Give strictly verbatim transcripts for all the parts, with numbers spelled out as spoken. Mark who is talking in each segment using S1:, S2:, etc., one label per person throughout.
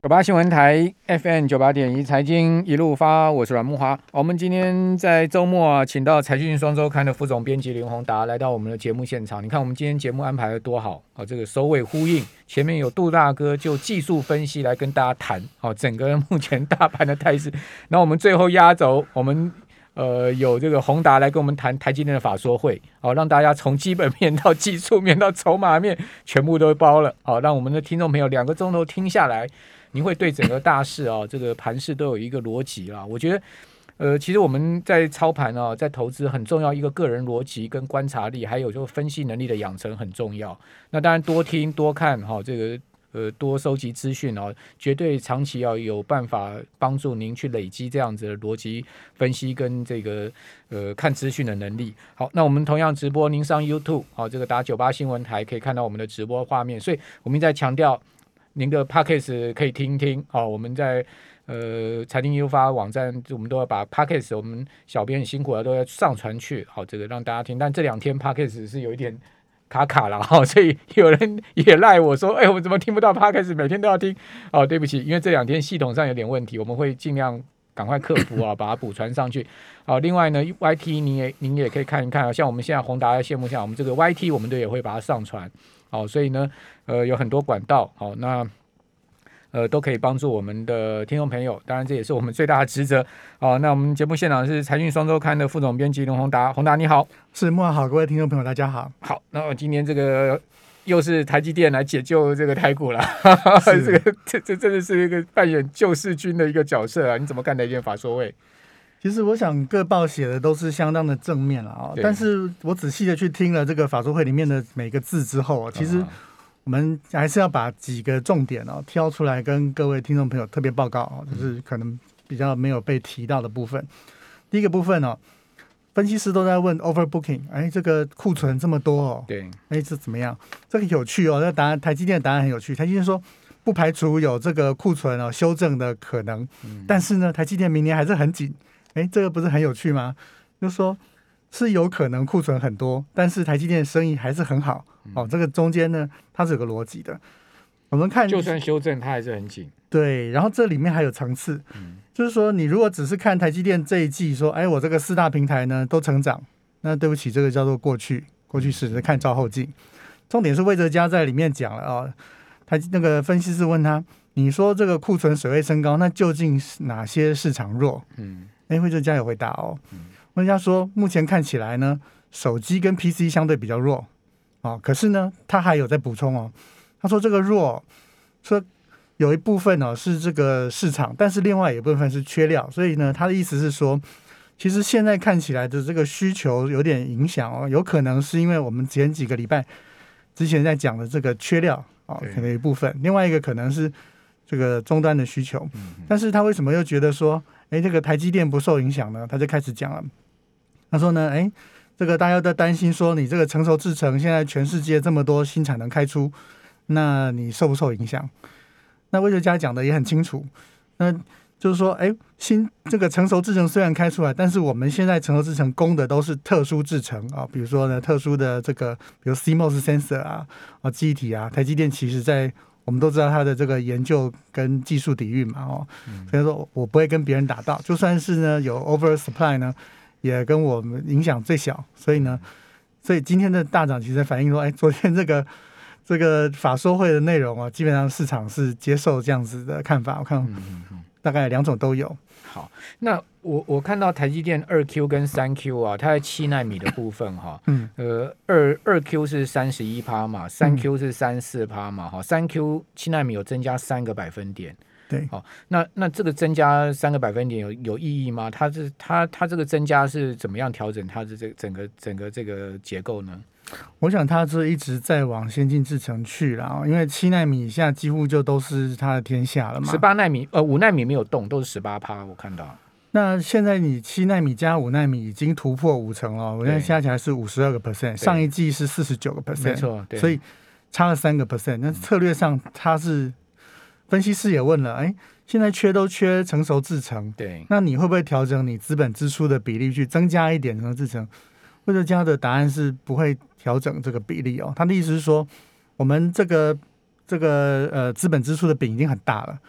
S1: 九八新闻台 F M 九八点一财经一路发，我是阮木华。我们今天在周末啊，请到财讯双周刊的副总编辑林宏达来到我们的节目现场。你看我们今天节目安排的多好啊！这个首尾呼应，前面有杜大哥就技术分析来跟大家谈好整个目前大盘的态势。那我们最后压轴，我们呃有这个宏达来跟我们谈台积电的法说会，好让大家从基本面到技术面到筹码面全部都包了，好让我们的听众朋友两个钟头听下来。你会对整个大势啊，这个盘势都有一个逻辑啦。我觉得，呃，其实我们在操盘啊，在投资很重要一个个人逻辑跟观察力，还有就分析能力的养成很重要。那当然多听多看哈、哦，这个呃多收集资讯哦，绝对长期要有办法帮助您去累积这样子的逻辑分析跟这个呃看资讯的能力。好，那我们同样直播，您上 YouTube 好、哦，这个打九八新闻台可以看到我们的直播画面，所以我们在强调。您的 Podcast 可以听一听、哦、我们在呃财经优发网站，我们都要把 Podcast 我们小编很辛苦了，都要上传去，好、哦，这个让大家听。但这两天 Podcast 是有一点卡卡了哈、哦，所以有人也赖我说，哎，我怎么听不到 Podcast？ 每天都要听哦，对不起，因为这两天系统上有点问题，我们会尽量赶快克服啊，把它补传上去。好、哦，另外呢 ，Y T 您也您也可以看一看啊，像我们现在宏达在羡慕下，我们这个 Y T 我们都也会把它上传。好、哦，所以呢，呃，有很多管道，好、哦，那呃都可以帮助我们的听众朋友，当然这也是我们最大的职责。好、哦，那我们节目现场是财讯双周刊的副总编辑林宏达，宏达你好，
S2: 是木华好，各位听众朋友大家好。
S1: 好，那我今天这个又是台积电来解救这个台股了，这个这这真的是一个扮演救世军的一个角色啊！你怎么看台积电法说会？
S2: 其实我想各报写的都是相当的正面了啊、哦，但是我仔细的去听了这个法说会里面的每个字之后，其实我们还是要把几个重点哦挑出来跟各位听众朋友特别报告哦，就是可能比较没有被提到的部分。第一个部分哦，分析师都在问 overbooking， 哎，这个库存这么多哦，
S1: 对，
S2: 哎，这怎么样？这个有趣哦，这个答案台积电的答案很有趣，台积电说。不排除有这个库存哦修正的可能，嗯、但是呢，台积电明年还是很紧，哎，这个不是很有趣吗？就说是有可能库存很多，但是台积电的生意还是很好，哦，这个中间呢它是有个逻辑的。我们看，
S1: 就算修正，它还是很紧。
S2: 对，然后这里面还有层次，嗯、就是说你如果只是看台积电这一季说，哎，我这个四大平台呢都成长，那对不起，这个叫做过去，过去式，看照后镜。重点是魏哲家在里面讲了啊。哦，他那个分析师问他：“你说这个库存水位升高，那究竟哪些市场弱？”嗯，哎，魏哲家有回答哦。魏哲家说，目前看起来呢，手机跟 P C 相对比较弱哦，可是呢，他还有在补充哦。他说这个弱，说有一部分呢、哦、是这个市场，但是另外一部分是缺料，所以呢，他的意思是说，其实现在看起来的这个需求有点影响哦，有可能是因为我们前几个礼拜之前在讲的这个缺料。哦，可能有一部分，另外一个可能是这个终端的需求，嗯、但是他为什么又觉得说，哎，这个台积电不受影响呢？他就开始讲了，他说呢，哎，这个大家都担心说，你这个成熟制程现在全世界这么多新产能开出，那你受不受影响？那魏哲家讲的也很清楚，那就是说，哎，新这个成熟制程虽然开出来，但是我们现在成熟制程供的都是特殊制程啊，比如说呢，特殊的这个，比如 C M O S sensor 啊，啊，记忆体啊，台积电其实在我们都知道它的这个研究跟技术底蕴嘛，哦，嗯、所以说我不会跟别人打到，就算是呢有 over supply 呢，也跟我们影响最小，所以呢，所以今天的大涨其实反映说，哎，昨天这个。这个法说会的内容啊，基本上市场是接受这样子的看法。我看大概两种都有。
S1: 好，那我我看到台积电二 Q 跟三 Q 啊，它在七奈米的部分哈、啊，嗯，呃，二二 Q 是三十一趴嘛，三 Q 是三四趴嘛，哈，三 Q 七奈米有增加三个百分点。
S2: 对，
S1: 好、哦，那那这个增加三个百分点有有意义吗？它是它它这个增加是怎么样调整它的这整个整个这个结构呢？
S2: 我想它是一直在往先进制程去了，因为七奈米以下几乎就都是它的天下了嘛。
S1: 十八奈米呃五奈米没有动，都是十八趴，我看到。
S2: 那现在你七奈米加五奈米已经突破五成了，我现在加起来是五十二个 percent， 上一季是四十九个 percent，
S1: 没错，
S2: 所以差了三个 percent。那策略上它是分析师也问了，哎，现在缺都缺成熟制程，
S1: 对，
S2: 那你会不会调整你资本支出的比例去增加一点成熟制程？魏哲家的答案是不会调整这个比例哦。他的意思是说，我们这个这个呃资本支出的饼已经很大了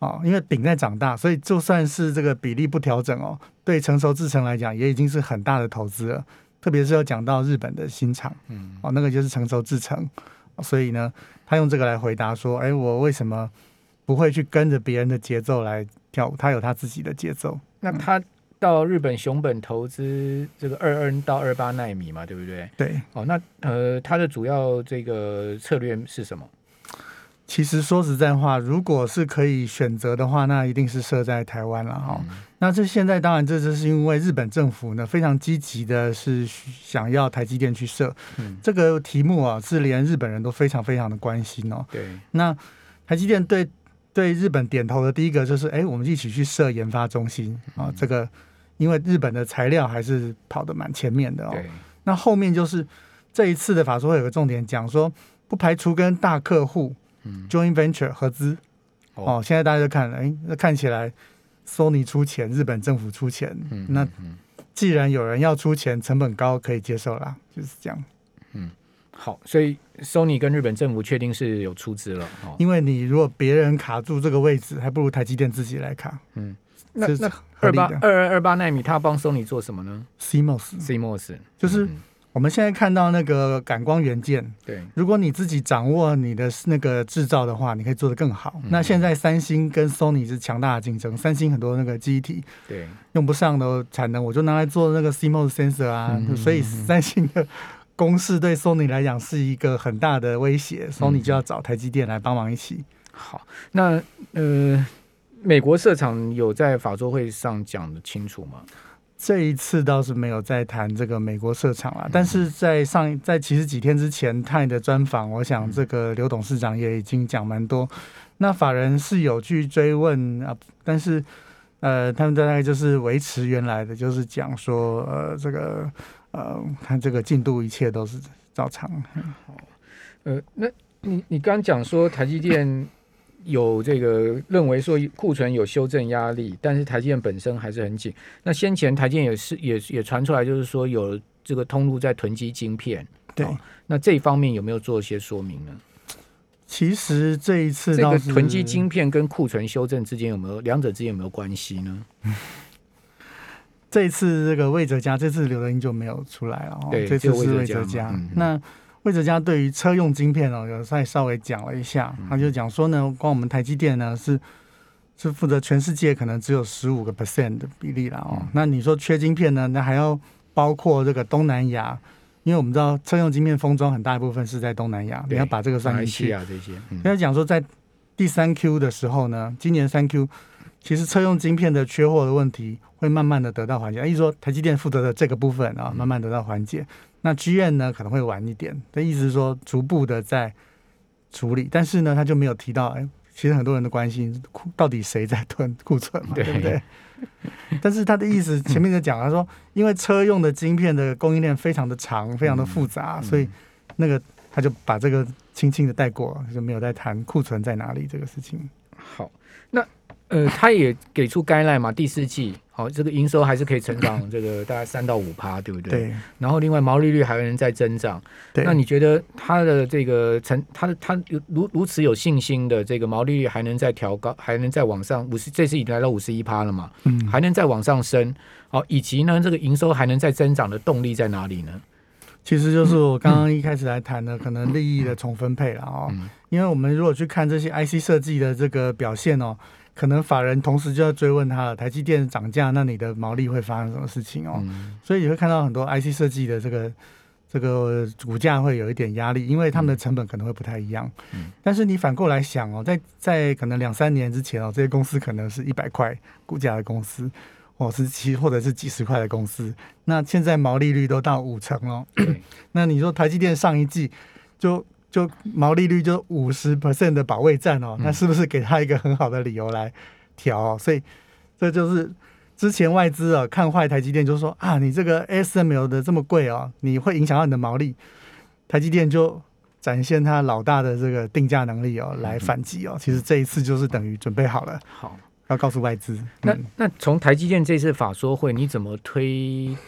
S2: 哦，因为饼在长大，所以就算是这个比例不调整哦，对成熟制程来讲也已经是很大的投资了。特别是要讲到日本的新厂，嗯，哦，那个就是成熟制程，所以呢，他用这个来回答说，哎，我为什么不会去跟着别人的节奏来跳舞？他有他自己的节奏。
S1: 那他到日本熊本投资这个二二到二八奈米嘛，对不对？
S2: 对。
S1: 哦，那呃，他的主要这个策略是什么？
S2: 其实说实在话，如果是可以选择的话，那一定是设在台湾了哈。嗯、那这现在当然这就是因为日本政府呢非常积极的是想要台积电去设、嗯、这个题目啊，是连日本人都非常非常的关心哦。
S1: 对，
S2: 那台积电对对日本点头的第一个就是，哎，我们一起去设研发中心啊、嗯。这个因为日本的材料还是跑得蛮前面的哦。那后面就是这一次的法说会有个重点讲说，不排除跟大客户。嗯、joint venture 合资 哦, 哦，现在大家就看了，哎，那看起来 Sony 出钱，日本政府出钱，嗯、那既然有人要出钱，成本高可以接受啦，就是这样。
S1: 嗯，好，所以 Sony 跟日本政府确定是有出资了、哦，
S2: 因为你如果别人卡住这个位置，还不如台积电自己来卡。嗯，
S1: 那那二八二二二八奈米，他要帮 Sony 做什么呢
S2: ？C M O S
S1: C M O S
S2: 就是。嗯我们现在看到那个感光元件，
S1: 对，
S2: 如果你自己掌握你的那个制造的话，你可以做得更好。嗯、那现在三星跟 Sony 是强大的竞争，三星很多那个记忆体，
S1: 对，
S2: 用不上的产能，我就拿来做那个 C M O S sensor 啊、嗯，所以三星的公式对 Sony 来讲是一个很大的威胁、嗯、，Sony 就要找台积电来帮忙一起。
S1: 好，那呃，美国设厂有在法说会上讲得清楚吗？
S2: 这一次倒是没有在谈这个美国设厂啦，但是在上在其实几天之前泰的专访，我想这个刘董事长也已经讲蛮多。那法人是有去追问啊，但是呃，他们大概就是维持原来的，就是讲说呃这个呃看这个进度一切都是照常。
S1: 呃，那你你刚讲说台积电。有这个认为说库存有修正压力，但是台积电本身还是很紧。那先前台积电也是也也传出来，就是说有这个通路在囤积晶片。
S2: 对、
S1: 哦，那这一方面有没有做一些说明呢？
S2: 其实这一次
S1: 这个囤积晶片跟库存修正之间有没有两者之间有没有关系呢？
S2: 这一次这个魏哲家，这次刘德英就没有出来了、哦。
S1: 对，
S2: 这次是魏哲家。嗯、那魏哲家对于车用晶片哦，有再稍微讲了一下，他就讲说呢，光我们台积电呢是是负责全世界可能只有十五个 percent 的比例啦哦、嗯。那你说缺晶片呢，那还要包括这个东南亚，因为我们知道车用晶片封装很大一部分是在东南亚，你要把这个算进去
S1: 啊这些。
S2: 嗯、他讲说在第三 Q 的时候呢，今年三 Q 其实车用晶片的缺货的问题会慢慢的得到缓解，意思说台积电负责的这个部分啊，慢慢得到缓解。嗯那 G M 呢可能会晚一点，的意思是说逐步的在处理，但是呢他就没有提到，哎，其实很多人的关心到底谁在囤库存嘛， 对, 对不对？但是他的意思前面就讲，他说因为车用的晶片的供应链非常的长，非常的复杂，嗯、所以那个他就把这个轻轻的带过，就没有在谈库存在哪里这个事情。
S1: 好，那呃他也给出guideline嘛，第四季。好，这个营收还是可以成长，这个大概三到五趴，对不对？
S2: 对。
S1: 然后另外毛利率还能再增长。
S2: 对。
S1: 那你觉得它的这个成，它的它有如如此有信心的这个毛利率还能再调高，还能再往上五十，这次已经来到五十一趴了嘛？嗯。还能再往上升，好，以及呢，这个营收还能再增长的动力在哪里呢？
S2: 其实就是我刚刚一开始来谈的，可能利益的重分配了哦。嗯。因为我们如果去看这些 I C 设计的这个表现哦。可能法人同时就要追问他了，台积电涨价，那你的毛利会发生什么事情哦？嗯、所以你会看到很多 I C 设计的这个这个股价会有一点压力，因为他们的成本可能会不太一样。嗯、但是你反过来想哦，在在可能两三年之前哦，这些公司可能是一百块股价的公司，或是七或者是几十块的公司，那现在毛利率都到五成哦。那你说台积电上一季就就毛利率就 百分之五十 的保卫战哦，那是不是给他一个很好的理由来调、哦？所以这就是之前外资啊看坏台积电，就说啊，你这个 A S M L 的这么贵哦，你会影响到你的毛利。台积电就展现他老大的这个定价能力哦，来反击哦。其实这一次就是等于准备好了，
S1: 好要
S2: 告诉外资。
S1: 那、嗯、那从台积电这次法说会，你怎么推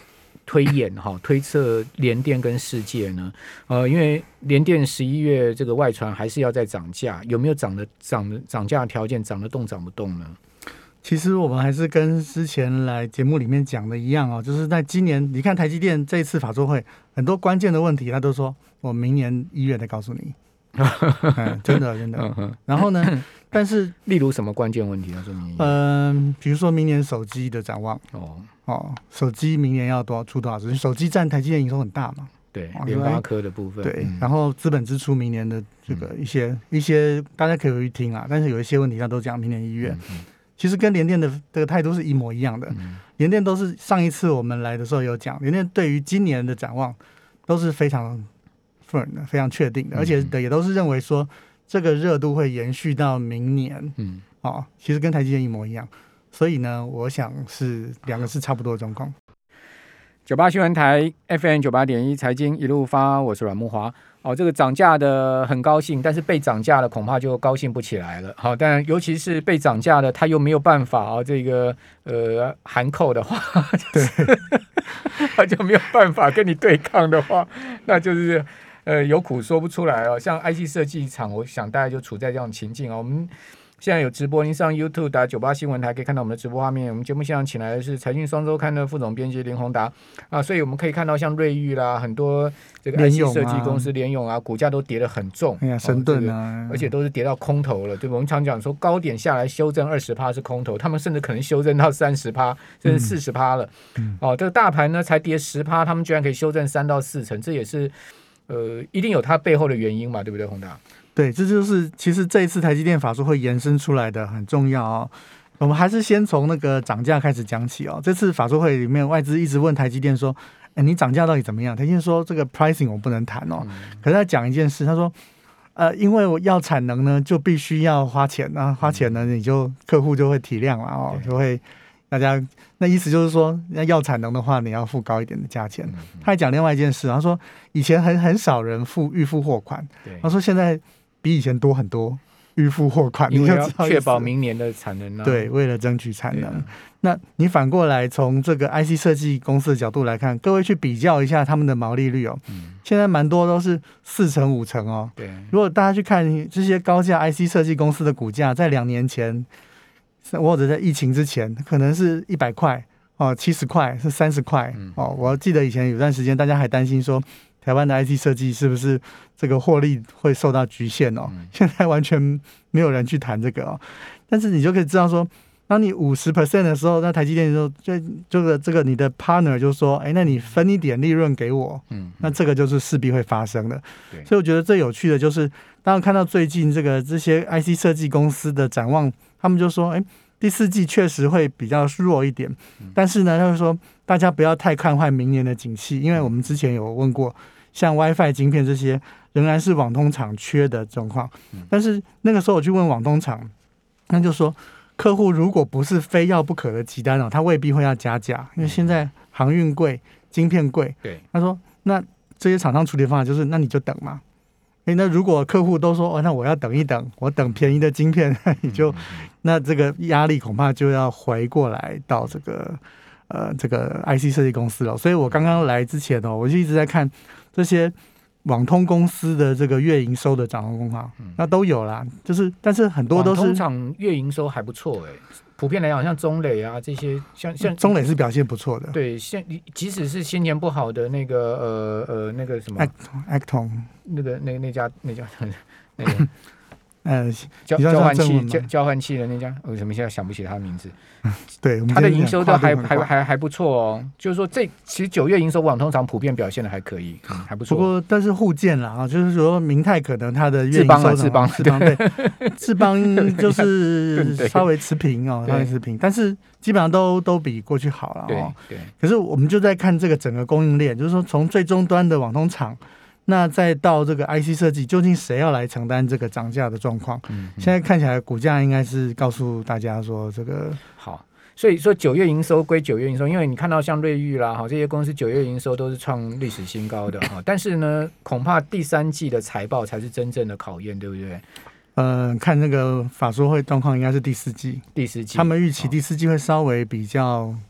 S1: 推演哈，推测联电跟世界呢？呃，因为联电十一月这个外传还是要再涨价，有没有涨的涨的涨价条件涨得动涨不动呢？
S2: 其实我们还是跟之前来节目里面讲的一样哦，就是在今年，你看台积电这一次法说会很多关键的问题，他都说我明年一月再告诉你。嗯，真的真的。然后呢？但是，
S1: 例如什么关键问题？他说明年，
S2: 嗯、呃，比如说明年手机的展望。
S1: 哦
S2: 哦，手机明年要多少出多少支？手机占台积电营收很大嘛？
S1: 对，联发科的部分。
S2: 对，嗯、然后资本支出明年的这个一些、嗯、一些，大家可以回去听啊。但是有一些问题，他都讲明年一月。嗯嗯，其实跟联电的这个态度是一模一样的。嗯、联电都是上一次我们来的时候有讲，联电对于今年的展望都是非常非常确定的，而且也都是认为说这个热度会延续到明年。嗯，哦，其实跟台积电一模一样，所以呢，我想是两个是差不多的状况。
S1: 九八新闻台 F M 九八点一财经一路发，我是阮慕骅。哦，这个涨价的很高兴，但是被涨价的恐怕就高兴不起来了。好、哦，但尤其是被涨价的，他又没有办法啊、哦，这个呃含扣的话，就是、他就没有办法跟你对抗的话，那就是呃有苦说不出来哦。像 I C 设计厂，我想大概就处在这样的情境哦。我们现在有直播，您上 YouTube 打九八新闻台可以看到我们的直播画面。我们节目现场请来的是财讯双周刊的副总编辑林宏达啊，所以我们可以看到像瑞昱啦，很多这个 I C 设计公司联咏啊，股价都跌得很重，
S2: 哎呀，神盾啊、
S1: 哦这个，而且都是跌到空头了，对吧？我们常讲说高点下来修正二十趴是空头，他们甚至可能修正到三十趴，甚至四十趴了。嗯、哦，这个大盘呢才跌十趴，他们居然可以修正三到四成，这也是呃一定有它背后的原因嘛，对不对，宏达？
S2: 对，这就是其实这一次台积电法说会延伸出来的很重要哦。我们还是先从那个涨价开始讲起哦。这次法说会里面，外资一直问台积电说：“哎，你涨价到底怎么样？”台积电说：“这个 pricing 我不能谈哦。嗯”可是他讲一件事，他说：“呃，因为我要产能呢，就必须要花钱啊，花钱呢，你就客户就会体谅了哦，就会大家那意思就是说，要产能的话，你要付高一点的价钱。嗯”他还讲另外一件事，他说：“以前很很少人付预付货款，他说现在。”比以前多很多预付货款，
S1: 因为要确保明年的产能、啊、
S2: 对，为了争取产能、啊、那你反过来从这个 I C 设计公司的角度来看，各位去比较一下他们的毛利率哦，嗯、现在蛮多都是四成五成哦。
S1: 对，
S2: 如果大家去看这些高价 I C 设计公司的股价，在两年前或者在疫情之前，可能是一百块哦，七十块是三十块、嗯、哦。我记得以前有段时间，大家还担心说。台湾的 I T 设计是不是这个获利会受到局限哦？嗯、现在完全没有人去谈这个哦。但是你就可以知道说，当你 百分之五十 的时候，那台积电就就这个这个你的 partner 就说，哎，那你分一点利润给我，嗯，那这个就是势必会发生的。所以我觉得最有趣的就是，当然看到最近这个这些 I C 设计公司的展望，他们就说，哎，第四季确实会比较弱一点，嗯、但是呢，他就说大家不要太看坏明年的景气，因为我们之前有问过。像 WiFi 晶片这些仍然是网通厂缺的状况，但是那个时候我去问网通厂，那就说客户如果不是非要不可的急单哦，他未必会要加价，因为现在航运贵，晶片贵。
S1: 对，
S2: 他说那这些厂商处理方法就是，那你就等嘛。哎，那如果客户都说哦，那我要等一等，我等便宜的晶片，你就那这个压力恐怕就要回过来到这个呃这个 I C 设计公司了。所以我刚刚来之前哦，我就一直在看。这些网通公司的这个月营收的展望公告，那都有啦，就是但是很多都是
S1: 网通厂月营收还不错哎、欸，普遍来讲，像中磊啊这些，像像
S2: 中磊是表现不错的，
S1: 对，现即使是先前不好的那个呃呃那个什么
S2: Acton
S1: 那个那那家那家那个。
S2: 呃，
S1: 交交换器交交换器的那家，我怎么现在想不起他的名字？
S2: 对，
S1: 他的营收都还还还还不错哦。就是说这，这其实九月营收网通常普遍表现的还可以，嗯、还不错。
S2: 不过，但是互建啦啊，就是说明泰可能它的月营收
S1: 智邦
S2: 智邦对智邦就是稍微持平哦，稍微持平，但是基本上都都比过去好了哦。
S1: 对对。
S2: 可是我们就在看这个整个供应链，就是说从最终端的网通厂。那再到这个 I C 设计，究竟谁要来承担这个涨价的状况？嗯，现在看起来股价应该是告诉大家说这个
S1: 好，所以说九月营收归九月营收，因为你看到像瑞昱啦，哈这些公司九月营收都是创历史新高的哈，但是呢，恐怕第三季的财报才是真正的考验，对不对？
S2: 呃，看那个法说会状况，应该是第四季，
S1: 第四季，
S2: 他们预期第四季会稍微比较。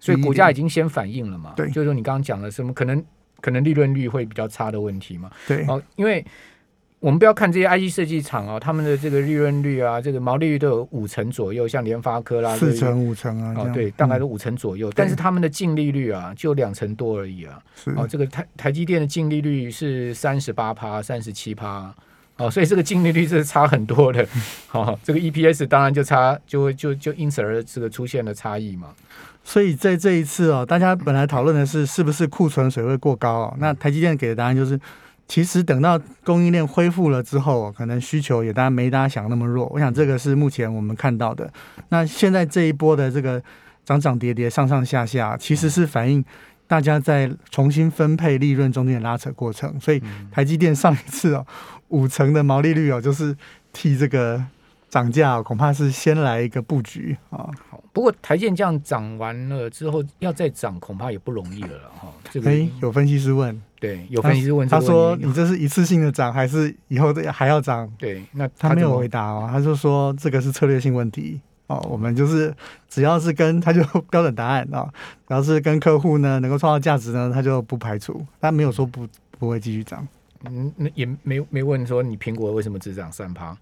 S1: 所以股价已经先反映了嘛。
S2: 对，
S1: 就是说你刚刚讲了什么可能可能利润率会比较差的问题嘛。
S2: 对，
S1: 哦，因为我们不要看这些 I C 设计厂啊，他们的这个利润率啊，这个毛利率都有五成左右，像联发科啦，
S2: 四成五成啊，
S1: 哦，对，大概都五成左右，嗯、但是他们的净利率啊，就两成多而已啊。哦，这个台台积电的净利率是三十八趴、三十七趴。哦，所以这个净利率是差很多的，哦，这个 E P S 当然就差，就会就就因此而这个出现了差异嘛。
S2: 所以在这一次哦，大家本来讨论的是是不是库存水位过高哦，那台积电给的答案就是，其实等到供应链恢复了之后，可能需求也当然没大家想那么弱。我想这个是目前我们看到的。那现在这一波的这个涨涨跌跌、上上下下，其实是反映大家在重新分配利润中间的拉扯过程。所以台积电上一次哦。五成的毛利率哦，就是替这个涨价、哦，恐怕是先来一个布局啊。
S1: 好，不过台积电这样涨完了之后，要再涨恐怕也不容易了哈。这个
S2: 哎，有分析师问，
S1: 对，有分析师问
S2: 他，他说你这是一次性的涨，还是以后还要涨？
S1: 对，那
S2: 他, 他没有回答哦，他就说这个是策略性问题哦。我们就是只要是跟他就标准答案啊，只要是跟客户呢能够创造价值呢，他就不排除，他没有说不不会继续涨。
S1: 嗯，那也没没问说你苹果为什么只涨三趴？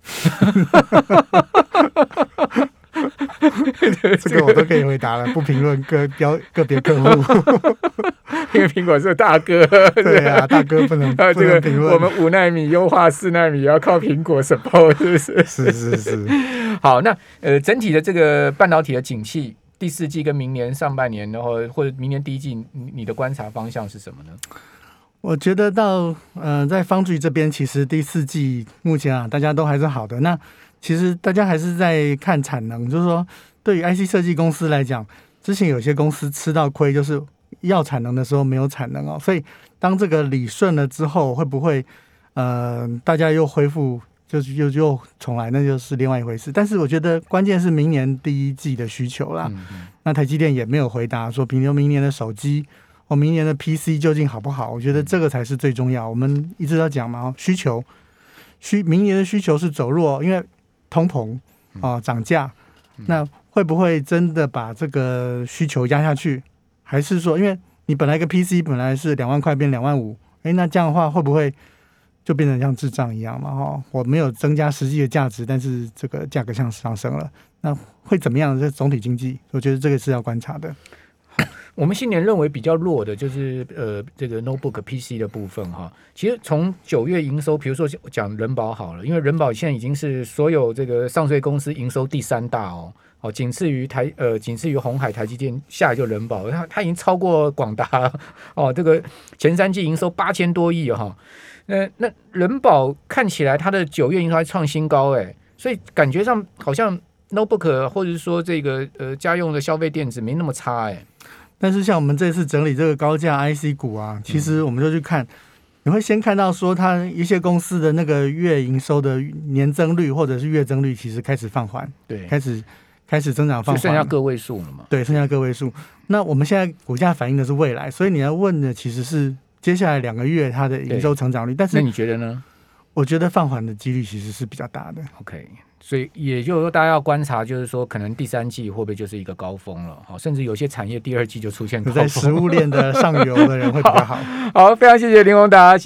S2: 这个我都可以回答了，不评论个标个别客户，
S1: 因为苹果是大哥。
S2: 对啊，大哥不能啊，
S1: 这个评论我们五奈米优化四奈米也要靠苹果 support， 是不是？
S2: 是是是。
S1: 好，那呃，整体的这个半导体的景气，第四季跟明年上半年，然后或者明年第一季，你的观察方向是什么呢？
S2: 我觉得到呃，在方具这边，其实第四季目前啊，大家都还是好的。那其实大家还是在看产能，就是说，对于 I C 设计公司来讲，之前有些公司吃到亏，就是要产能的时候没有产能哦。所以当这个理顺了之后，会不会呃，大家又恢复，就是又又重来，那就是另外一回事。但是我觉得关键是明年第一季的需求啦。嗯嗯，那台积电也没有回答说，比如明年的手机。我明年的 P C 究竟好不好？我觉得这个才是最重要。我们一直要讲嘛，需求需明年的需求是走弱，因为通膨啊、呃、涨价，那会不会真的把这个需求压下去？还是说，因为你本来一个 P C 本来是两万块变两万五，哎，那这样的话会不会就变成像智障一样嘛？哈，我没有增加实际的价值，但是这个价格向上升了，那会怎么样？这总体经济，我觉得这个是要观察的。
S1: 我们新年认为比较弱的就是呃这个 notebook P C 的部分哈。其实从九月营收，比如说讲人保好了，因为人保现在已经是所有这个上税公司营收第三大哦，哦仅次于台呃仅次于鸿海、台积电，下来就人保，它它已经超过广达哦。这个前三季营收八千多亿哈、哦，那那人保看起来它的九月营收还创新高哎，所以感觉上好像 notebook 或者是说这个呃家用的消费电子没那么差哎。
S2: 但是像我们这次整理这个高价 I C 股啊，其实我们就去看，你会先看到说它一些公司的那个月营收的年增率或者是月增率其实开始放缓，对，开始开始增长放缓，
S1: 剩下个位数了嘛？
S2: 对，剩下个位数。那我们现在股价反映的是未来，所以你要问的其实是接下来两个月它的营收成长率。但是
S1: 那你觉得呢？
S2: 我觉得放缓的几率其实是比较大的。
S1: OK。所以也就是说，大家要观察，就是说，可能第三季会不会就是一个高峰了？好，甚至有些产业第二季就出现高峰。
S2: 在食物链的上游的人会比较好。
S1: 好，非常谢谢林宏达。